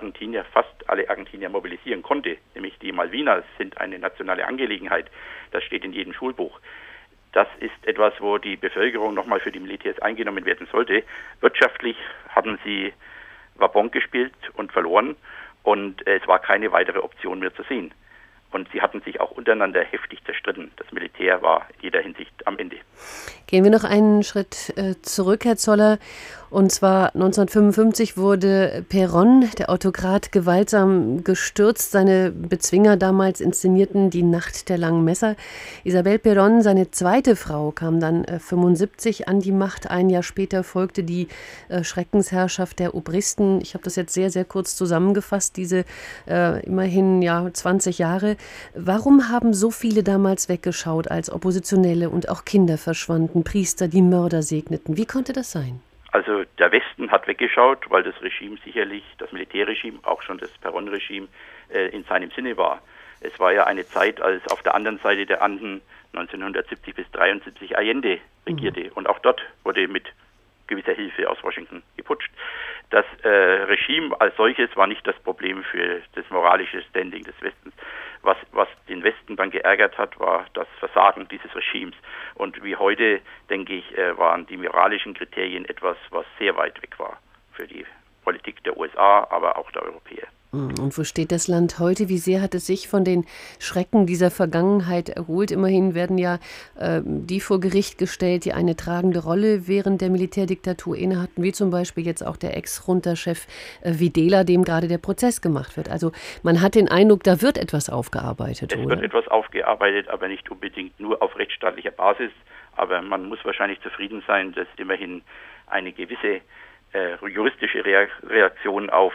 fast alle Argentinier mobilisieren konnte. Nämlich die Malvinas sind eine nationale Angelegenheit. Das steht in jedem Schulbuch. Das ist etwas, wo die Bevölkerung nochmal für die Militärs eingenommen werden sollte. Wirtschaftlich hatten sie Wabonk gespielt und verloren. Und es war keine weitere Option mehr zu sehen. Und sie hatten sich auch untereinander heftig zerstritten. Das Militär war in jeder Hinsicht am Ende. Gehen wir noch einen Schritt zurück, Herr Zoller. Und zwar 1955 wurde Perón, der Autokrat, gewaltsam gestürzt. Seine Bezwinger damals inszenierten die Nacht der langen Messer. Isabel Perón, seine zweite Frau, kam dann 1975 an die Macht. Ein Jahr später folgte die Schreckensherrschaft der Obristen. Ich habe das jetzt sehr, sehr kurz zusammengefasst, diese immerhin 20 Jahre. Warum haben so viele damals weggeschaut, als Oppositionelle und auch Kinder verschwanden, Priester die Mörder segneten? Wie konnte das sein? Also der Westen hat weggeschaut, weil das Regime sicherlich, das Militärregime, auch schon das Perón-Regime, in seinem Sinne war. Es war ja eine Zeit, als auf der anderen Seite der Anden 1970 bis 1973 Allende regierte. Und auch dort wurde mit gewisser Hilfe aus Washington geputscht. Das Regime als solches war nicht das Problem für das moralische Standing des Westens. Was den Westen dann geärgert hat, war das Versagen dieses Regimes. Und wie heute, denke ich, waren die moralischen Kriterien etwas, was sehr weit weg war für die Politik der USA, aber auch der Europäer. Und wo steht das Land heute? Wie sehr hat es sich von den Schrecken dieser Vergangenheit erholt? Immerhin werden ja die vor Gericht gestellt, die eine tragende Rolle während der Militärdiktatur inne hatten, wie zum Beispiel jetzt auch der Ex-Junta-Chef Videla, dem gerade der Prozess gemacht wird. Also man hat den Eindruck, da wird etwas aufgearbeitet, oder? Es wird etwas aufgearbeitet, aber nicht unbedingt nur auf rechtsstaatlicher Basis. Aber man muss wahrscheinlich zufrieden sein, dass immerhin eine gewisse juristische Reaktion auf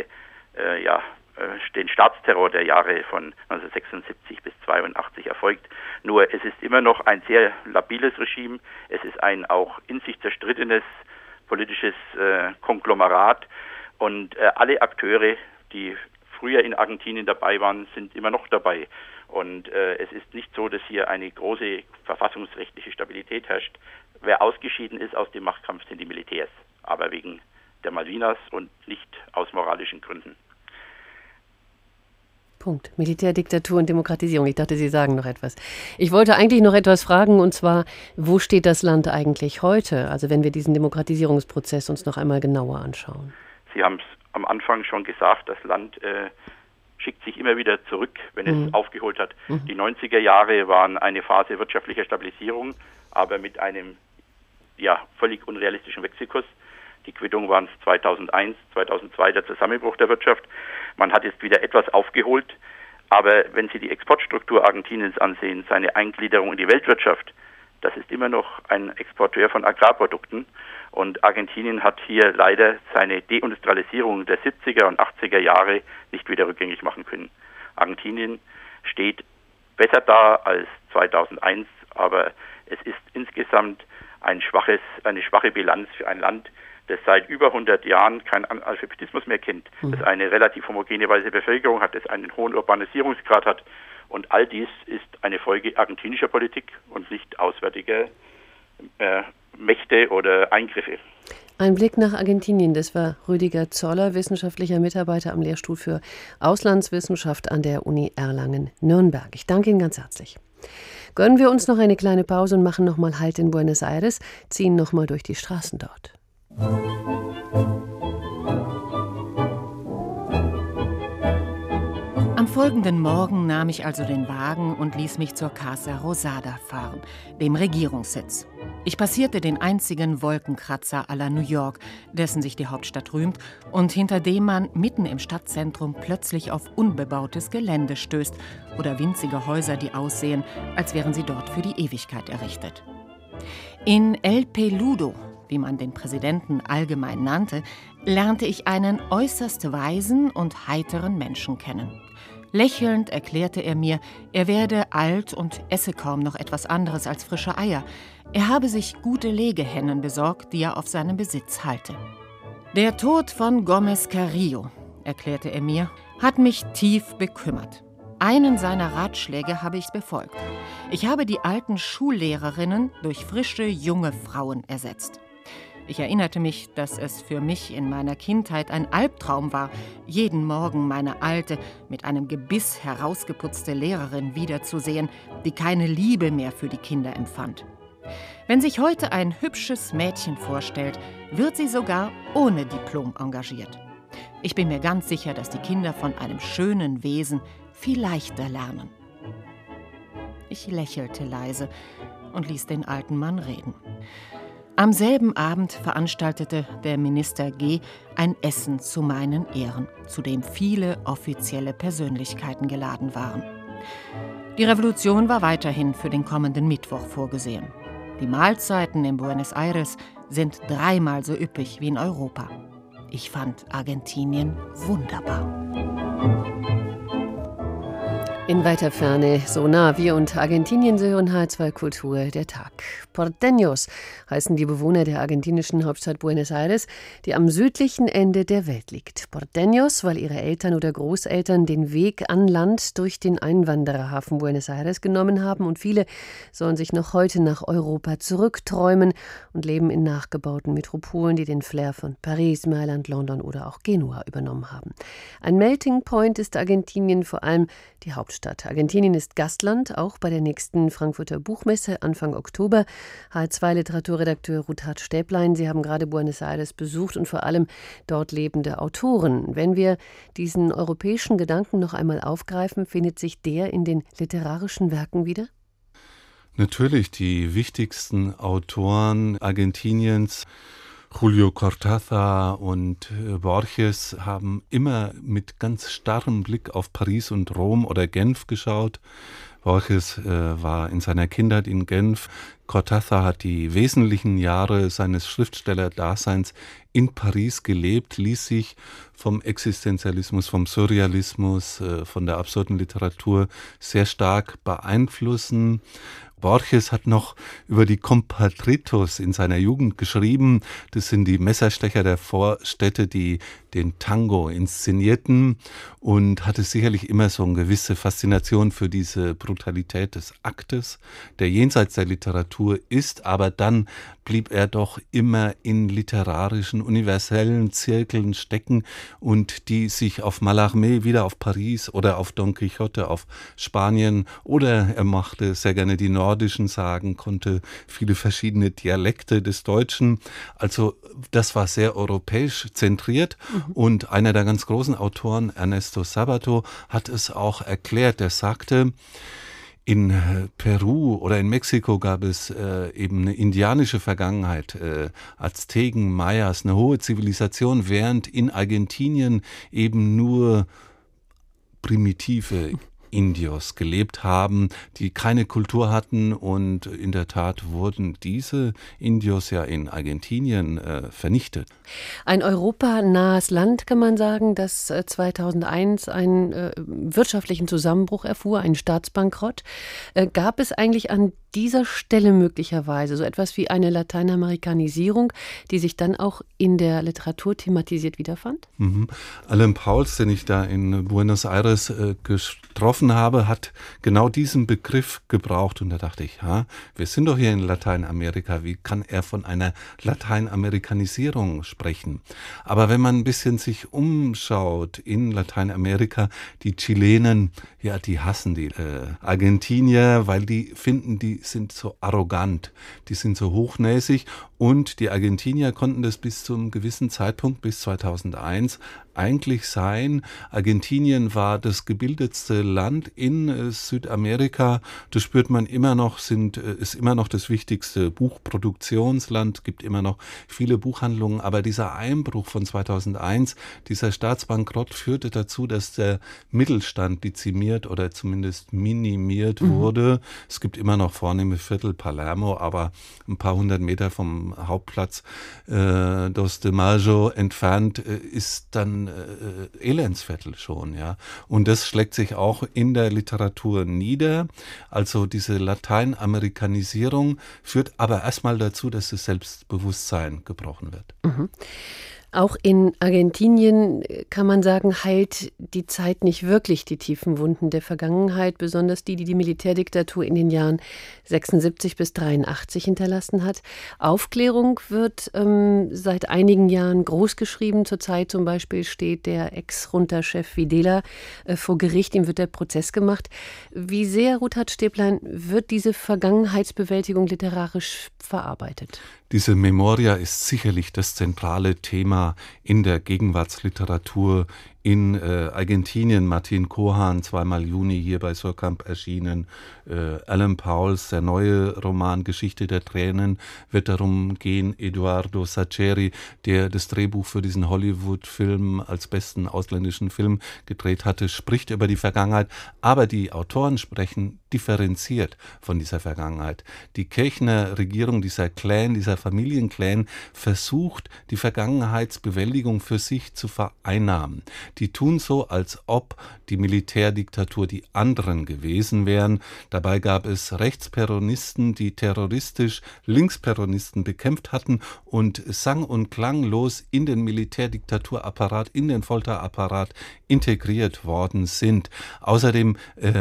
den Staatsterror der Jahre von 1976 bis 1982 erfolgt. Nur es ist immer noch ein sehr labiles Regime. Es ist ein auch in sich zerstrittenes politisches Konglomerat. Und alle Akteure, die früher in Argentinien dabei waren, sind immer noch dabei. Und es ist nicht so, dass hier eine große verfassungsrechtliche Stabilität herrscht. Wer ausgeschieden ist aus dem Machtkampf, sind die Militärs. Aber wegen der Malvinas und nicht aus moralischen Gründen. Punkt. Militärdiktatur und Demokratisierung. Ich dachte, Sie sagen noch etwas. Ich wollte eigentlich noch etwas fragen, und zwar, wo steht das Land eigentlich heute? Also wenn wir diesen Demokratisierungsprozess uns noch einmal genauer anschauen. Sie haben es am Anfang schon gesagt, das Land schickt sich immer wieder zurück, wenn es aufgeholt hat. Die 90er Jahre waren eine Phase wirtschaftlicher Stabilisierung, aber mit einem völlig unrealistischen Wechselkurs. Die Quittung waren 2001, 2002 der Zusammenbruch der Wirtschaft. Man hat jetzt wieder etwas aufgeholt, aber wenn Sie die Exportstruktur Argentiniens ansehen, seine Eingliederung in die Weltwirtschaft, das ist immer noch ein Exporteur von Agrarprodukten. Und Argentinien hat hier leider seine Deindustrialisierung der 70er und 80er Jahre nicht wieder rückgängig machen können. Argentinien steht besser da als 2001, aber es ist insgesamt eine schwache Bilanz für ein Land, das seit über 100 Jahren keinen Alphabetismus mehr kennt, das eine relativ homogene weiße Bevölkerung hat, das einen hohen Urbanisierungsgrad hat. Und all dies ist eine Folge argentinischer Politik und nicht auswärtiger Mächte oder Eingriffe. Ein Blick nach Argentinien, das war Rüdiger Zoller, wissenschaftlicher Mitarbeiter am Lehrstuhl für Auslandswissenschaft an der Uni Erlangen-Nürnberg. Ich danke Ihnen ganz herzlich. Gönnen wir uns noch eine kleine Pause und machen nochmal Halt in Buenos Aires, ziehen nochmal durch die Straßen dort. Am folgenden Morgen nahm ich also den Wagen und ließ mich zur Casa Rosada fahren, dem Regierungssitz. Ich passierte den einzigen Wolkenkratzer à la New York, dessen sich die Hauptstadt rühmt und hinter dem man mitten im Stadtzentrum plötzlich auf unbebautes Gelände stößt oder winzige Häuser, die aussehen, als wären sie dort für die Ewigkeit errichtet. In El Peludo, wie man den Präsidenten allgemein nannte, lernte ich einen äußerst weisen und heiteren Menschen kennen. Lächelnd erklärte er mir, er werde alt und esse kaum noch etwas anderes als frische Eier. Er habe sich gute Legehennen besorgt, die er auf seinem Besitz halte. Der Tod von Gómez Carrillo, erklärte er mir, hat mich tief bekümmert. Einen seiner Ratschläge habe ich befolgt. Ich habe die alten Schullehrerinnen durch frische, junge Frauen ersetzt. Ich erinnerte mich, dass es für mich in meiner Kindheit ein Albtraum war, jeden Morgen meine alte, mit einem Gebiss herausgeputzte Lehrerin wiederzusehen, die keine Liebe mehr für die Kinder empfand. Wenn sich heute ein hübsches Mädchen vorstellt, wird sie sogar ohne Diplom engagiert. Ich bin mir ganz sicher, dass die Kinder von einem schönen Wesen viel leichter lernen. Ich lächelte leise und ließ den alten Mann reden. Am selben Abend veranstaltete der Minister G. ein Essen zu meinen Ehren, zu dem viele offizielle Persönlichkeiten geladen waren. Die Revolution war weiterhin für den kommenden Mittwoch vorgesehen. Die Mahlzeiten in Buenos Aires sind 3-mal so üppig wie in Europa. Ich fand Argentinien wunderbar. In weiter Ferne, so nah wir und Argentinien hören H2 Kultur der Tag. Porteños heißen die Bewohner der argentinischen Hauptstadt Buenos Aires, die am südlichen Ende der Welt liegt. Porteños, weil ihre Eltern oder Großeltern den Weg an Land durch den Einwandererhafen Buenos Aires genommen haben und viele sollen sich noch heute nach Europa zurückträumen und leben in nachgebauten Metropolen, die den Flair von Paris, Mailand, London oder auch Genua übernommen haben. Ein Melting Point ist Argentinien, vor allem die Hauptstadt. Argentinien ist Gastland, auch bei der nächsten Frankfurter Buchmesse Anfang Oktober. H2-Literaturredakteur Ruthard Stäblein, Sie haben gerade Buenos Aires besucht und vor allem dort lebende Autoren. Wenn wir diesen europäischen Gedanken noch einmal aufgreifen, findet sich der in den literarischen Werken wieder? Natürlich, die wichtigsten Autoren Argentiniens, Julio Cortázar und Borges, haben immer mit ganz starrem Blick auf Paris und Rom oder Genf geschaut. Borges war in seiner Kindheit in Genf. Cortázar hat die wesentlichen Jahre seines Schriftstellerdaseins in Paris gelebt, ließ sich vom Existenzialismus, vom Surrealismus, von der absurden Literatur sehr stark beeinflussen. Borges hat noch über die Compatriots in seiner Jugend geschrieben. Das sind die Messerstecher der Vorstädte, die den Tango inszenierten, und hatte sicherlich immer so eine gewisse Faszination für diese Brutalität des Aktes, der jenseits der Literatur ist, aber dann blieb er doch immer in literarischen, universellen Zirkeln stecken und die sich auf Mallarmé wieder auf Paris oder auf Don Quixote auf Spanien, oder er machte sehr gerne die nordischen Sagen, konnte viele verschiedene Dialekte des Deutschen. Also das war sehr europäisch zentriert. Und einer der ganz großen Autoren, Ernesto Sabato, hat es auch erklärt. Er sagte, in Peru oder in Mexiko gab es eben eine indianische Vergangenheit, Azteken, Mayas, eine hohe Zivilisation, während in Argentinien eben nur primitive Indios gelebt haben, die keine Kultur hatten, und in der Tat wurden diese Indios ja in Argentinien vernichtet. Ein europanahes Land, kann man sagen, das 2001 einen wirtschaftlichen Zusammenbruch erfuhr, einen Staatsbankrott. Gab es eigentlich an dieser Stelle möglicherweise so etwas wie eine Lateinamerikanisierung, die sich dann auch in der Literatur thematisiert wiederfand? Alan Pauls, den ich da in Buenos Aires getroffen habe, hat genau diesen Begriff gebraucht, und da dachte ich, wir sind doch hier in Lateinamerika, wie kann er von einer Lateinamerikanisierung sprechen? Aber wenn man ein bisschen sich umschaut in Lateinamerika, die Chilenen, ja, die hassen die Argentinier, weil die finden, die sind so arrogant, die sind so hochnäsig, und die Argentinier konnten das bis zu einem gewissen Zeitpunkt, bis 2001, eigentlich sein. Argentinien war das gebildetste Land in Südamerika. Das spürt man immer noch, ist immer noch das wichtigste Buchproduktionsland, gibt immer noch viele Buchhandlungen. Aber dieser Einbruch von 2001, dieser Staatsbankrott, führte dazu, dass der Mittelstand dezimiert oder zumindest minimiert wurde. Es gibt immer noch vornehme Viertel, Palermo, aber ein paar hundert Meter vom Hauptplatz Dos de Mayo entfernt ist dann Elendsviertel schon, ja. Und das schlägt sich auch in der Literatur nieder. Also diese Lateinamerikanisierung führt aber erstmal dazu, dass das Selbstbewusstsein gebrochen wird. Auch in Argentinien, kann man sagen, heilt die Zeit nicht wirklich die tiefen Wunden der Vergangenheit, besonders die die Militärdiktatur in den Jahren 76 bis 83 hinterlassen hat. Aufklärung wird seit einigen Jahren großgeschrieben. Zurzeit zum Beispiel steht der Ex-Junta-Chef Videla vor Gericht, ihm wird der Prozess gemacht. Wie sehr, Ruthard Stäblein, wird diese Vergangenheitsbewältigung literarisch verarbeitet? Diese Memoria ist sicherlich das zentrale Thema in der Gegenwartsliteratur in Argentinien. Martin Kohan, 2 Juni hier bei Surkamp erschienen. Alan Pauls, der neue Roman Geschichte der Tränen, wird darum gehen. Eduardo Sacheri, der das Drehbuch für diesen Hollywood-Film als besten ausländischen Film gedreht hatte, spricht über die Vergangenheit. Aber die Autoren sprechen differenziert von dieser Vergangenheit. Die Kirchner Regierung, dieser Clan, dieser Familienclan, versucht, die Vergangenheitsbewältigung für sich zu vereinnahmen. Die tun so, als ob die Militärdiktatur die anderen gewesen wären. Dabei gab es Rechtsperonisten, die terroristisch Linksperonisten bekämpft hatten und sang- und klanglos in den Militärdiktaturapparat, in den Folterapparat integriert worden sind. Außerdem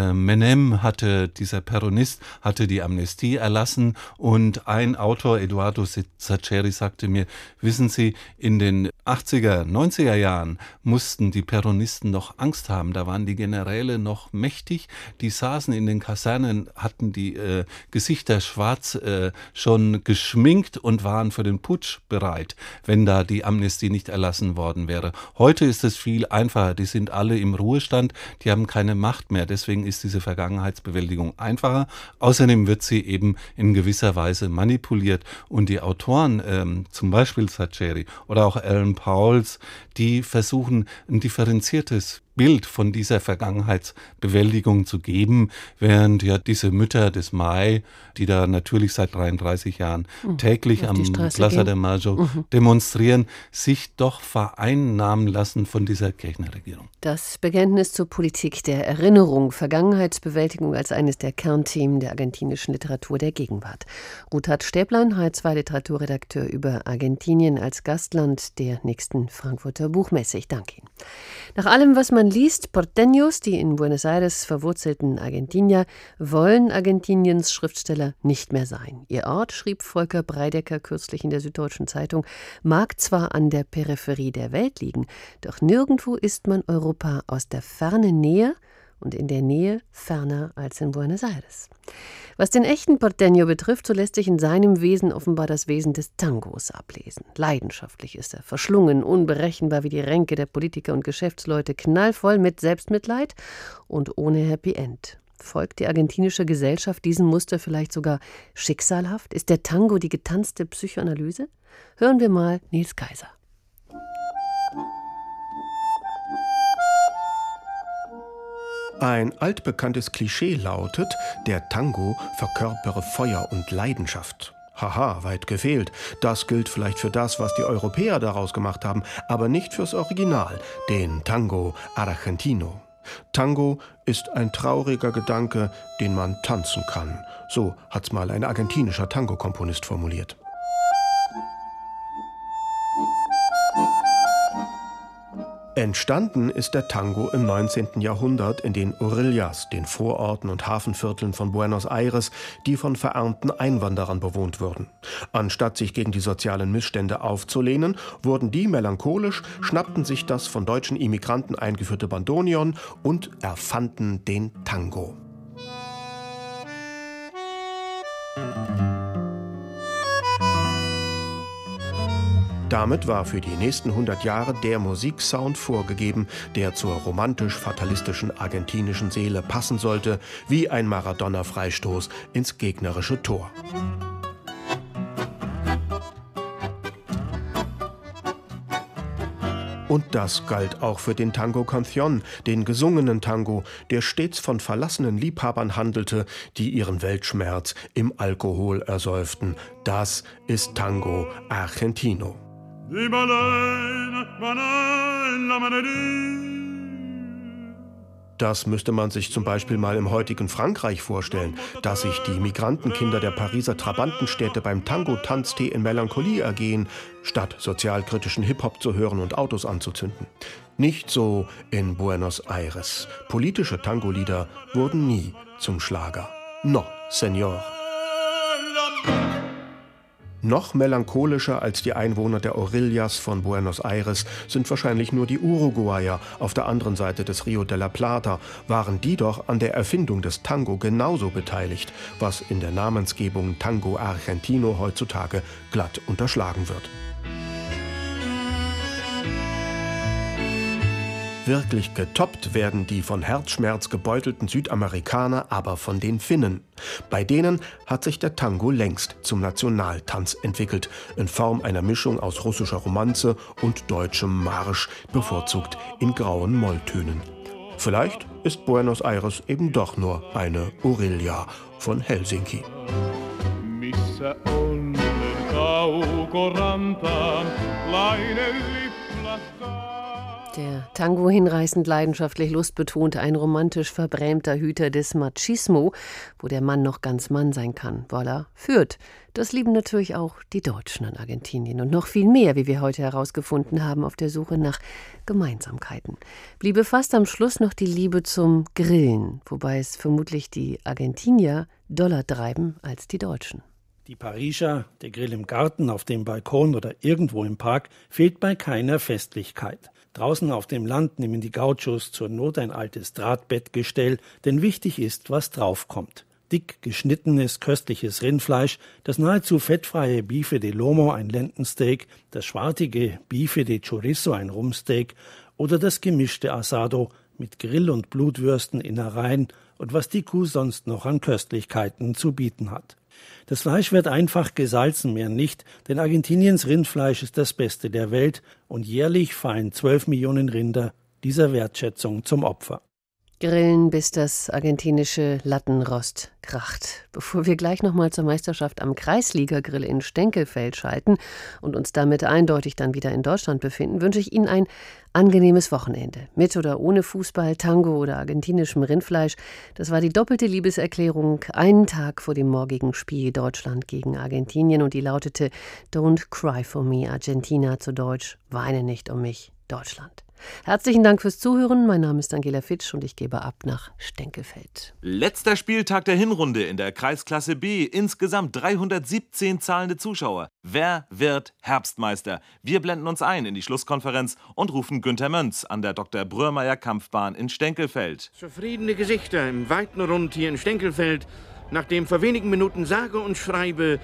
Menem dieser Peronist hatte die Amnestie erlassen, und ein Autor, Eduardo Sacheri, sagte mir, wissen Sie, in den 80er, 90er Jahren mussten die Peronisten noch Angst haben. Da waren die Generäle noch mächtig. Die saßen in den Kasernen, hatten die Gesichter schwarz schon geschminkt und waren für den Putsch bereit, wenn da die Amnestie nicht erlassen worden wäre. Heute ist es viel einfacher. Die sind alle im Ruhestand, die haben keine Macht mehr. Deswegen ist diese Vergangenheitsbewältigung einfacher. Außerdem wird sie eben in gewisser Weise manipuliert. Und die Autoren, zum Beispiel Sacheri oder auch Alan Pauls, die versuchen, ein differenziertes Bild von dieser Vergangenheitsbewältigung zu geben, während ja diese Mütter des Mai, die da natürlich seit 33 Jahren täglich am Plaza de Mayo demonstrieren, sich doch vereinnahmen lassen von dieser Kirchenregierung. Das Bekenntnis zur Politik der Erinnerung, Vergangenheitsbewältigung als eines der Kernthemen der argentinischen Literatur der Gegenwart. Ruthard Stäblein, H2-Literaturredakteur über Argentinien als Gastland der nächsten Frankfurter Buchmesse. Ich danke Ihnen. Nach allem, was man man liest, Porteños, die in Buenos Aires verwurzelten Argentinier, wollen Argentiniens Schriftsteller nicht mehr sein. Ihr Ort, schrieb Volker Breidecker kürzlich in der Süddeutschen Zeitung, mag zwar an der Peripherie der Welt liegen, doch nirgendwo ist man Europa aus der Ferne näher und in der Nähe ferner als in Buenos Aires. Was den echten Porteño betrifft, so lässt sich in seinem Wesen offenbar das Wesen des Tangos ablesen. Leidenschaftlich ist er, verschlungen, unberechenbar wie die Ränke der Politiker und Geschäftsleute, knallvoll mit Selbstmitleid und ohne Happy End. Folgt die argentinische Gesellschaft diesem Muster vielleicht sogar schicksalhaft? Ist der Tango die getanzte Psychoanalyse? Hören wir mal Nils Kaiser. Ein altbekanntes Klischee lautet, der Tango verkörpere Feuer und Leidenschaft. Haha, weit gefehlt. Das gilt vielleicht für das, was die Europäer daraus gemacht haben, aber nicht fürs Original, den Tango Argentino. Tango ist ein trauriger Gedanke, den man tanzen kann. So hat's mal ein argentinischer Tango-Komponist formuliert. Entstanden ist der Tango im 19. Jahrhundert in den Orillas, den Vororten und Hafenvierteln von Buenos Aires, die von verarmten Einwanderern bewohnt wurden. Anstatt sich gegen die sozialen Missstände aufzulehnen, wurden die melancholisch, schnappten sich das von deutschen Immigranten eingeführte Bandoneon und erfanden den Tango. Damit war für die nächsten 100 Jahre der Musiksound vorgegeben, der zur romantisch-fatalistischen argentinischen Seele passen sollte, wie ein Maradona-Freistoß ins gegnerische Tor. Und das galt auch für den Tango Canción, den gesungenen Tango, der stets von verlassenen Liebhabern handelte, die ihren Weltschmerz im Alkohol ersäuften. Das ist Tango Argentino. Das müsste man sich zum Beispiel mal im heutigen Frankreich vorstellen, dass sich die Migrantenkinder der Pariser Trabantenstädte beim Tango-Tanztee in Melancholie ergehen, statt sozialkritischen Hip-Hop zu hören und Autos anzuzünden. Nicht so in Buenos Aires. Politische Tango-Lieder wurden nie zum Schlager. No, Señor. Noch melancholischer als die Einwohner der Orillas von Buenos Aires sind wahrscheinlich nur die Uruguayer auf der anderen Seite des Rio de la Plata, waren die doch an der Erfindung des Tango genauso beteiligt, was in der Namensgebung Tango Argentino heutzutage glatt unterschlagen wird. Wirklich getoppt werden die von Herzschmerz gebeutelten Südamerikaner aber von den Finnen. Bei denen hat sich der Tango längst zum Nationaltanz entwickelt, in Form einer Mischung aus russischer Romanze und deutschem Marsch, bevorzugt in grauen Molltönen. Vielleicht ist Buenos Aires eben doch nur eine Orillia von Helsinki. Der Tango hinreißend, leidenschaftlich, lustbetont, ein romantisch verbrämter Hüter des Machismo, wo der Mann noch ganz Mann sein kann. Voilà, führt. Das lieben natürlich auch die Deutschen an Argentinien und noch viel mehr, wie wir heute herausgefunden haben, auf der Suche nach Gemeinsamkeiten. Bliebe fast am Schluss noch die Liebe zum Grillen, wobei es vermutlich die Argentinier doller treiben als die Deutschen. Die Pariser, der Grill im Garten, auf dem Balkon oder irgendwo im Park, fehlt bei keiner Festlichkeit. Draußen auf dem Land nehmen die Gauchos zur Not ein altes Drahtbettgestell, denn wichtig ist, was draufkommt. Dick geschnittenes, köstliches Rindfleisch, das nahezu fettfreie Bife de Lomo, ein Lendensteak, das schwartige Bife de Chorizo, ein Rumpsteak oder das gemischte Asado mit Grill- und Blutwürsten, Innereien und was die Kuh sonst noch an Köstlichkeiten zu bieten hat. Das Fleisch wird einfach gesalzen, mehr nicht, denn Argentiniens Rindfleisch ist das Beste der Welt und jährlich fallen 12 Millionen Rinder dieser Wertschätzung zum Opfer. Grillen, bis das argentinische Lattenrost kracht. Bevor wir gleich nochmal zur Meisterschaft am Kreisliga-Grill in Stenkelfeld schalten und uns damit eindeutig dann wieder in Deutschland befinden, wünsche ich Ihnen ein angenehmes Wochenende. Mit oder ohne Fußball, Tango oder argentinischem Rindfleisch. Das war die doppelte Liebeserklärung einen Tag vor dem morgigen Spiel Deutschland gegen Argentinien und die lautete Don't cry for me, Argentina, zu Deutsch, weine nicht um mich, Deutschland. Herzlichen Dank fürs Zuhören. Mein Name ist Angela Fitsch und ich gebe ab nach Stenkelfeld. Letzter Spieltag der Hinrunde in der Kreisklasse B. Insgesamt 317 zahlende Zuschauer. Wer wird Herbstmeister? Wir blenden uns ein in die Schlusskonferenz und rufen Günther Mönz an der Dr. Bröhrmeier Kampfbahn in Stenkelfeld. Zufriedene Gesichter im weiten Rund hier in Stenkelfeld. Nachdem vor wenigen Minuten sage und schreibe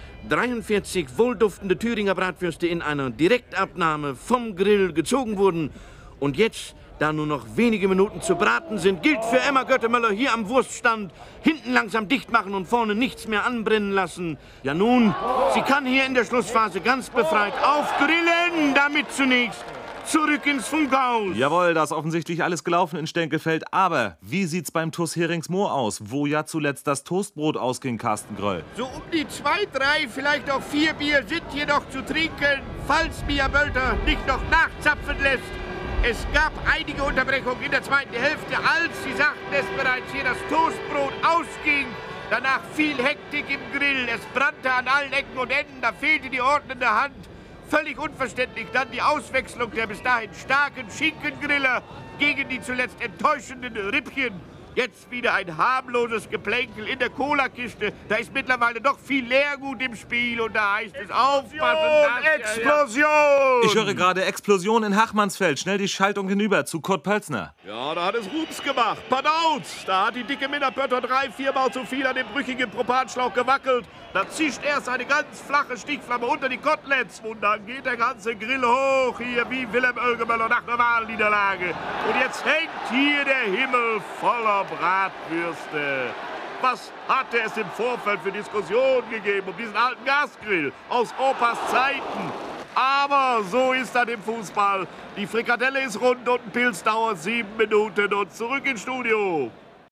43 wohlduftende Thüringer Bratwürste in einer Direktabnahme vom Grill gezogen wurden und jetzt, da nur noch wenige Minuten zu braten sind, gilt für Emma Göttemöller hier am Wurststand, hinten langsam dicht machen und vorne nichts mehr anbrennen lassen. Ja nun, sie kann hier in der Schlussphase ganz befreit aufgrillen, damit zunächst zurück ins Funkhaus. Jawohl, da ist offensichtlich alles gelaufen in Stenkelfeld. Aber wie sieht's beim TuS Heringsmoor aus, wo ja zuletzt das Toastbrot ausging, Carsten Gröll? So um die 2, 3, vielleicht auch 4 Bier sind hier noch zu trinken, falls Mia Bölter nicht noch nachzapfen lässt. Es gab einige Unterbrechungen in der zweiten Hälfte, als, Sie sagten es bereits, hier das Toastbrot ausging. Danach viel Hektik im Grill, es brannte an allen Ecken und Enden, da fehlte die ordnende Hand. Völlig unverständlich dann die Auswechslung der bis dahin starken Schinkengriller gegen die zuletzt enttäuschenden Rippchen. Jetzt wieder ein harmloses Geplänkel in der Cola-Kiste. Da ist mittlerweile doch viel Leergut im Spiel und da heißt es aufpassen. Explosion! Ich höre gerade Explosion in Hachmannsfeld. Schnell die Schaltung hinüber zu Kurt Pölzner. Ja, da hat es Rups gemacht. Padauz! Da hat die dicke Minapötter 3-4 Mal zu viel an dem brüchigen Propanschlauch gewackelt. Da zischt erst eine ganz flache Stichflamme unter die Koteletts und dann geht der ganze Grill hoch hier wie Wilhelm Oelgemöller nach einer Wahlniederlage. Und jetzt hängt hier der Himmel voller Bratwürste. Was hatte es im Vorfeld für Diskussionen gegeben um diesen alten Gasgrill aus Opas Zeiten? Aber so ist das im Fußball. Die Frikadelle ist rund und ein Pilz dauert 7 Minuten und zurück ins Studio.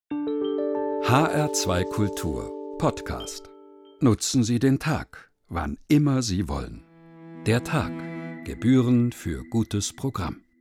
HR2 Kultur Podcast. Nutzen Sie den Tag, wann immer Sie wollen. Der Tag. Gebühren für gutes Programm.